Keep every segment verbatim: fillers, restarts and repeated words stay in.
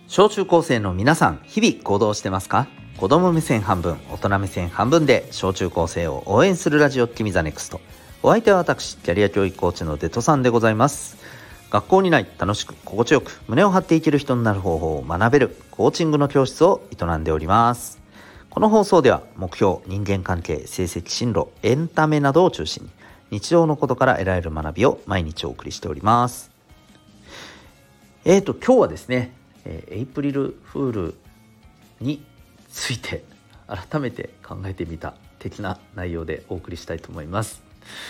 小中高生の皆さん、日々行動してますか？子供目線半分、大人目線半分で小中高生を応援するラジオ君ザネクスト。お相手は私、キャリア教育コーチのデトさんでございます。学校にない楽しく心地よく胸を張って生きる人になる方法を学べるコーチングの教室を営んでおります。この放送では目標、人間関係、成績進路、エンタメなどを中心に日常のことから得られる学びを毎日お送りしております。えーと今日はですねエイプリルフールについて改めて考えてみた的な内容でお送りしたいと思います。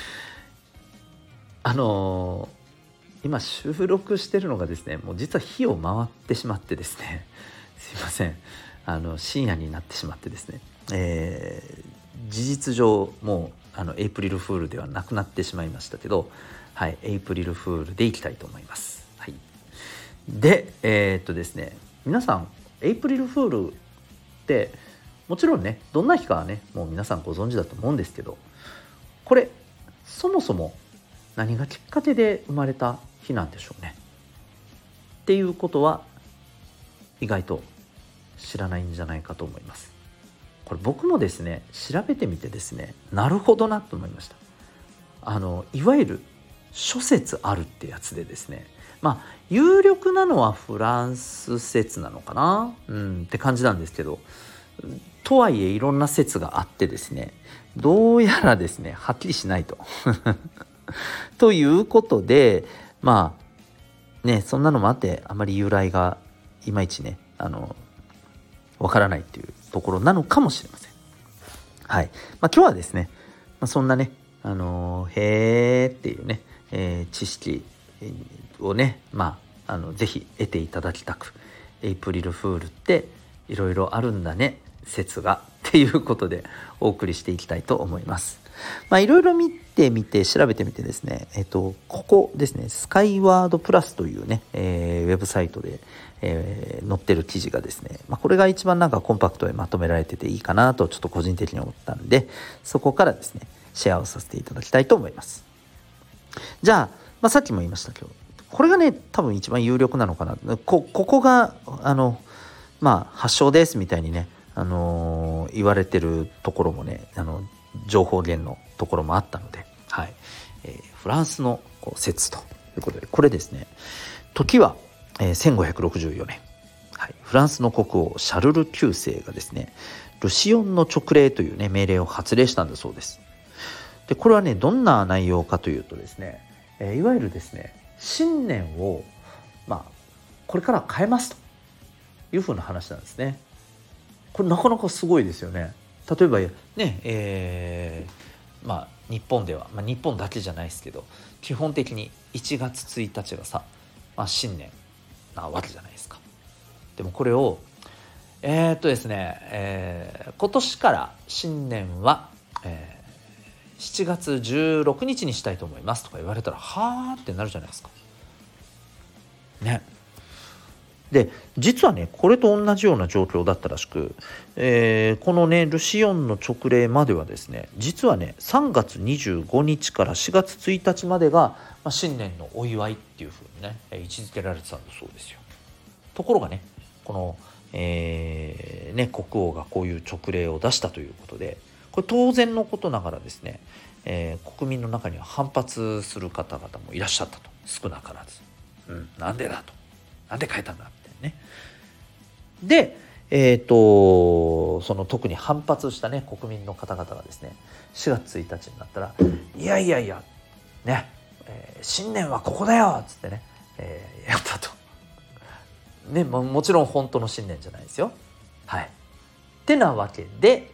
あのー、今収録してるのがですね、もう実は日を回ってしまってですね、すいません、あの深夜になってしまってですね、えー、事実上もうあのエイプリルフールではなくなってしまいましたけど、はい、エイプリルフールでいきたいと思います。はい。で、えー、っとですね、皆さんエイプリルフールってもちろんね、どんな日かはね、もう皆さんご存知だと思うんですけど、これそもそも何がきっかけで生まれた日なんでしょうねっていうことは意外と知らないんじゃないかと思います。これ僕もですね、調べてみてですね、なるほどなと思いました。あのいわゆる諸説あるってやつでですね、まあ有力なのはフランス説なのかな、うんって感じなんですけど、とはいえいろんな説があってですね、どうやらですねはっきりしないとということで、まあね、そんなのもあってあまり由来がいまいちね、あのわからないっていうところなのかもしれません。はい。まあ、今日はですね、まあ、そんなね、あのへーっていうね、えー、知識をね、まあ、あのぜひ得ていただきたく、エイプリルフールっていろいろあるんだね説がっていうことでお送りしていきたいと思います。まあいろいろ見てみて調べてみてですね、えっとここですね、スカイワードプラスというね、えー、ウェブサイトで、えー、載ってる記事がですね、まあ、これが一番なんかコンパクトでまとめられてていいかなとちょっと個人的に思ったんで、そこからですねシェアをさせていただきたいと思います。じゃあ、まあ、さっきも言いましたけど、これがね多分一番有力なのかな。こ, ここがあのまあ発祥ですみたいにね、あのー、言われてるところもね、あの情報源のところもあったので、はい、えー、フランスのこう説ということで、これですね、時は、えー、せんごひゃくろくじゅうよねん、はい、フランスの国王シャルルきゅうせいがですね、ルシオンの勅令というね命令を発令したんだそうです。でこれはねどんな内容かというとですね、えー、いわゆるですね信念をまあこれから変えますというふうな話なんですね。これなかなかすごいですよね。例えばね、えー、まあ日本では、まあ、日本だけじゃないですけど、基本的にいちがつついたちがさ、まあ、新年なわけじゃないですか。でもこれをえー、っとですね、えー、今年から新年は、えー、しちがつじゅうろくにちにしたいと思いますとか言われたら、はーってなるじゃないですかね。で実はねこれと同じような状況だったらしく、えー、このねルシオンの勅令まではですね、実はねさんがつにじゅうごにちからしがつついたちまでが、まあ、新年のお祝いっていうふうにね位置づけられてたんだそうですよ。ところがねこの、えーね、国王がこういう勅令を出したということで、これ当然のことながらですね、えー、国民の中には反発する方々もいらっしゃったと、少なからず、うん、なんでだと、なんで変えたんだってね。で、えーとその特に反発したね国民の方々がですね、しがつついたちになったら、いやいやいやね、えー、新年はここだよっつってね、えー、やったとね、も, もちろん本当の新年じゃないですよ。はい。ってなわけで、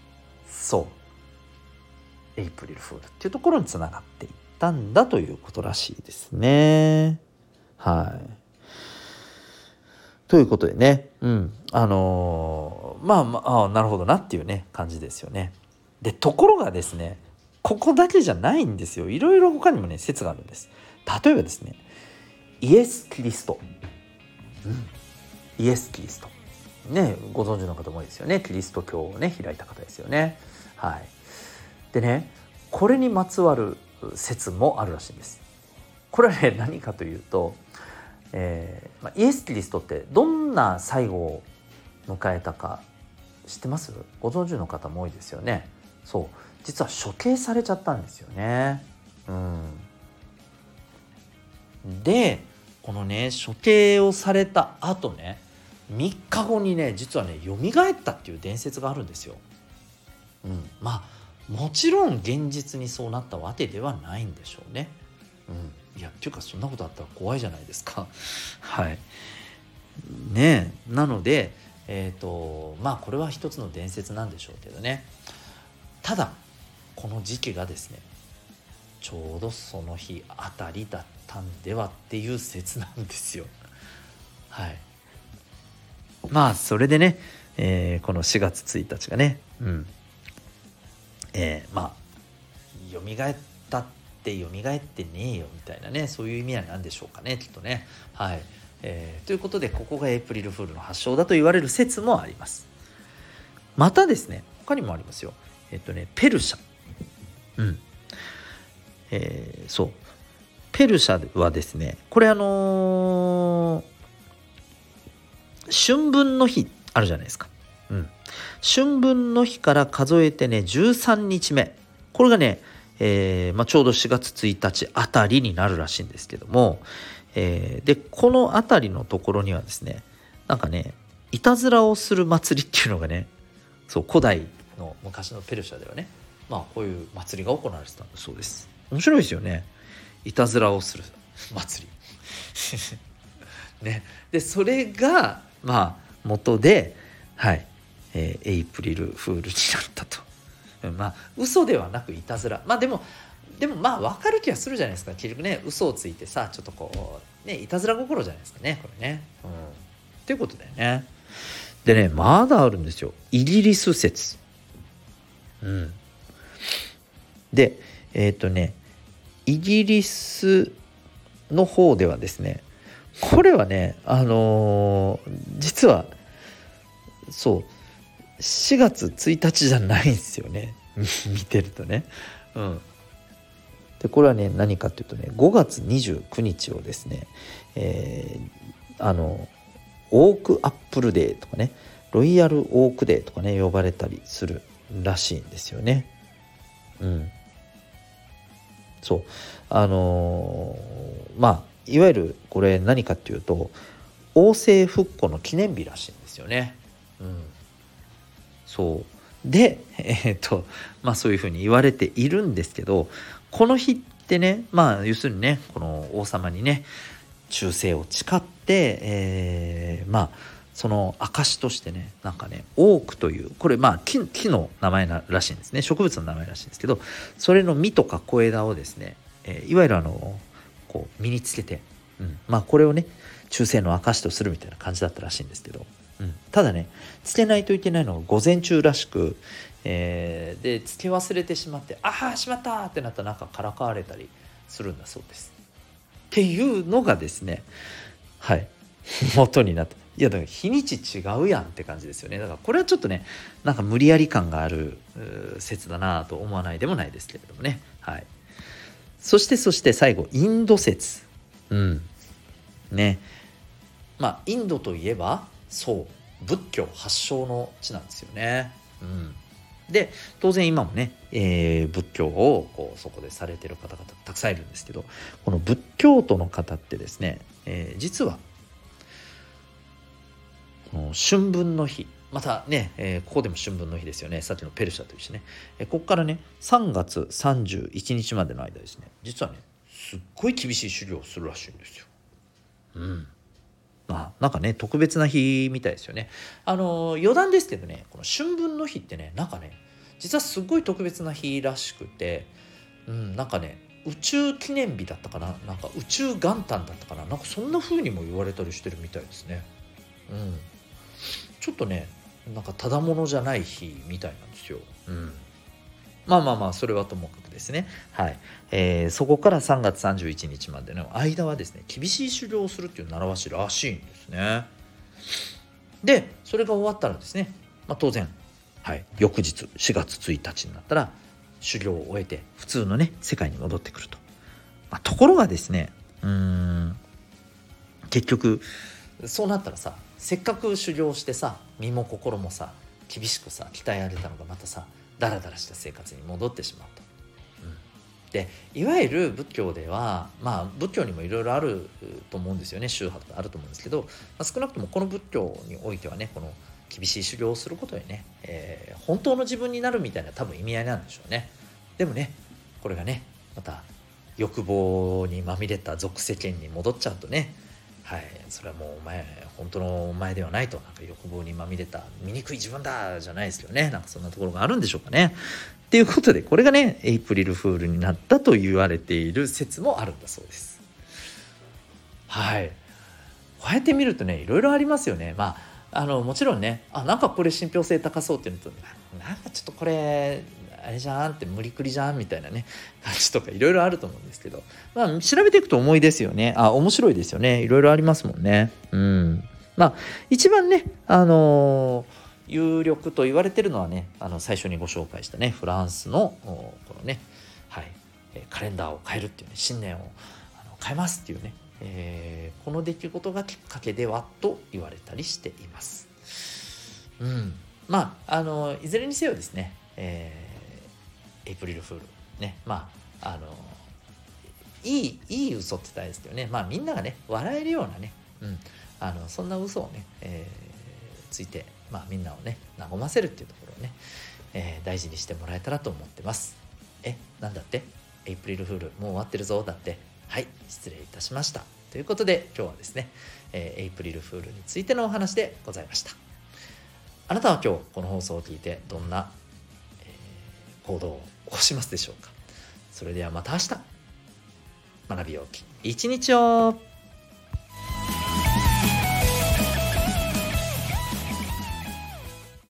そうエイプリルフールっていうところにつながっていったんだということらしいですね。はい。ということでね、うん、あのー、まあまあ、あ、なるほどなっていうね感じですよね。でところがですね、ここだけじゃないんですよ。いろいろ他にもね説があるんです。例えばですね、イエス・キリスト、うん、イエス・キリストね、ご存知の方も多いですよね。キリスト教をね開いた方ですよね。はい。でね、これにまつわる説もあるらしいんです。これはね何かというと、 えーまあ、イエス・キリストってどんな最後を迎えたか知ってます？ご存知の方も多いですよね。そう実は処刑されちゃったんですよね。うん、でこのね処刑をされた後ねみっかごにね実はね蘇ったっていう伝説があるんですよ。うん、まあもちろん現実にそうなったわけではないんでしょうね。うん、いやっていうかそんなことあったら怖いじゃないですか。はいねえなのでえっとまあこれは一つの伝説なんでしょうけどね。ただこの時期がですねちょうどその日あたりだったんではっていう説なんですよ。はいまあそれでね、えーこのしがつついたちがね、うんえー、まあ蘇ったって蘇ってねえよみたいなねそういう意味合いなんでしょうかねきっとね。はい、えー、ということでここがエイプリルフールの発祥だと言われる説もあります。またですね他にもありますよ。えっとねペルシャ、うんえー、そうペルシャはですねこれあのー、春分の日あるじゃないですか。うん、春分の日から数えてねじゅうさんにちめこれがね、えーまあ、ちょうどしがつついたちあたりになるらしいんですけども、えー、でこのあたりのところにはですねなんかねいたずらをする祭りっていうのがねそう古代の昔のペルシャではねまあこういう祭りが行われてたそうです。面白いですよねいたずらをする祭りねでそれがまあ元ではいえー、エイプリルフールになったと。まあ嘘ではなくいたずらまあでもでもまあ分かる気はするじゃないですか。結局ね嘘をついてさちょっとこうねいたずら心じゃないですかねこれね。うんっていうことだよね。でねまだあるんですよイギリス説。うんでえっとねイギリスの方ではですねこれはねあのー、実はそうしがつついたちじゃないんですよね見てるとね。うんでこれはね何かっていうとねごがつにじゅうくにちをですね、えー、あのオークアップルデーとかねロイヤルオークデーとかね呼ばれたりするらしいんですよね。うんそうあのー、まあいわゆるこれ何かっていうと王政復古の記念日らしいんですよね。うんそうでえー、っとまあそういうふうに言われているんですけどこの日ってねまあ要するにねこの王様にね忠誠を誓って、えー、まあその証としてねなんかねオークというこれまあ 木, 木の名前ならしいんですね。植物の名前らしいんですけどそれの実とか小枝をですね、えー、いわゆるあのこう身につけて、うん、まあこれをね忠誠の証とするみたいな感じだったらしいんですけど、うん、ただねつけないといけないのが午前中らしく、えー、でつけ忘れてしまってああしまったってなったらなんかからかわれたりするんだそうです。っていうのがですねはい元になっていやだから日にち違うやんって感じですよね。だからこれはちょっとねなんか無理やり感がある説だなと思わないでもないですけれどもね。はいそしてそして最後インド説。うんねまあインドといえばそう仏教発祥の地なんですよね。うんで当然今もね、えー、仏教をこうそこでされている方々たくさんいるんですけどこの仏教徒の方ってですね、えー、実はこの春分の日またね、えー、ここでも春分の日ですよね。さっきのペルシャと一緒ね、えー、ここからねさんがつさんじゅういちにちまでの間ですね実はねすっごい厳しい修行をするらしいんですよ。うんまあ、なんかね特別な日みたいですよね。あの余談ですけどねこの春分の日ってねなんかね実はすごい特別な日らしくて、うん、なんかね宇宙記念日だったかななんか宇宙元旦だったかななんかそんな風にも言われたりしてるみたいですね。うん、ちょっとねなんかただものじゃない日みたいなんですよ。うんまあまあまあそれはともかくですね、はいえー、そこからさんがつさんじゅういちにちまでの間はですね厳しい修行をするっていう習わしらしいんですね。でそれが終わったらですね、まあ、当然、はい、翌日しがつついたちになったら修行を終えて普通のね世界に戻ってくると、まあ、ところがですねうーん結局そうなったらさ、せっかく修行してさ、身も心もさ厳しくさ鍛えられたのがまたさダラダラした生活に戻ってしまうと。でいわゆる仏教では、まあ仏教にもいろいろあると思うんですよね。宗派とかあると思うんですけど、まあ、少なくともこの仏教においてはね、この厳しい修行をすることでね、えー、本当の自分になるみたいな多分意味合いなんでしょうね。でもね、これがねまた欲望にまみれた俗世間に戻っちゃうとね、はい、それはもうお前本当のお前ではないと、なんか欲望にまみれた醜い自分だじゃないですよね。なんかそんなところがあるんでしょうかね。っていうことで、これがねエイプリルフールになったと言われている説もあるんだそうです。はい、こうやって見るとねいろいろありますよね。まああのもちろんね、あなんかこれ信憑性高そうっていうのと、なんかちょっとこれあれじゃんって無理くりじゃんみたいなね感じとかいろいろあると思うんですけど、まあ調べていくと重いですよね。あ面白いですよね。いろいろありますもんね。うんまあ一番ねあのー有力と言われてるのはね、あの最初にご紹介したねフランスのこのね、はい、カレンダーを変えるっていうね、新年をあの変えますっていうね、えー、この出来事がきっかけではと言われたりしています。うん、まああのいずれにせよですね、えー、エイプリルフールね、まああのいいいい嘘って言ったらですけどね、まあみんながね笑えるようなね、うん、あのそんな嘘をね、えー、ついてまあみんなをね和ませるっていうところをね、えー、大事にしてもらえたらと思ってます。え、なんだってエイプリルフールもう終わってるぞだって。はい、失礼いたしました。ということで今日はですね、えー、エイプリルフールについてのお話でございました。あなたは今日この放送を聞いてどんな、えー、行動を起こしますでしょうか。それではまた明日、学びようき一日を。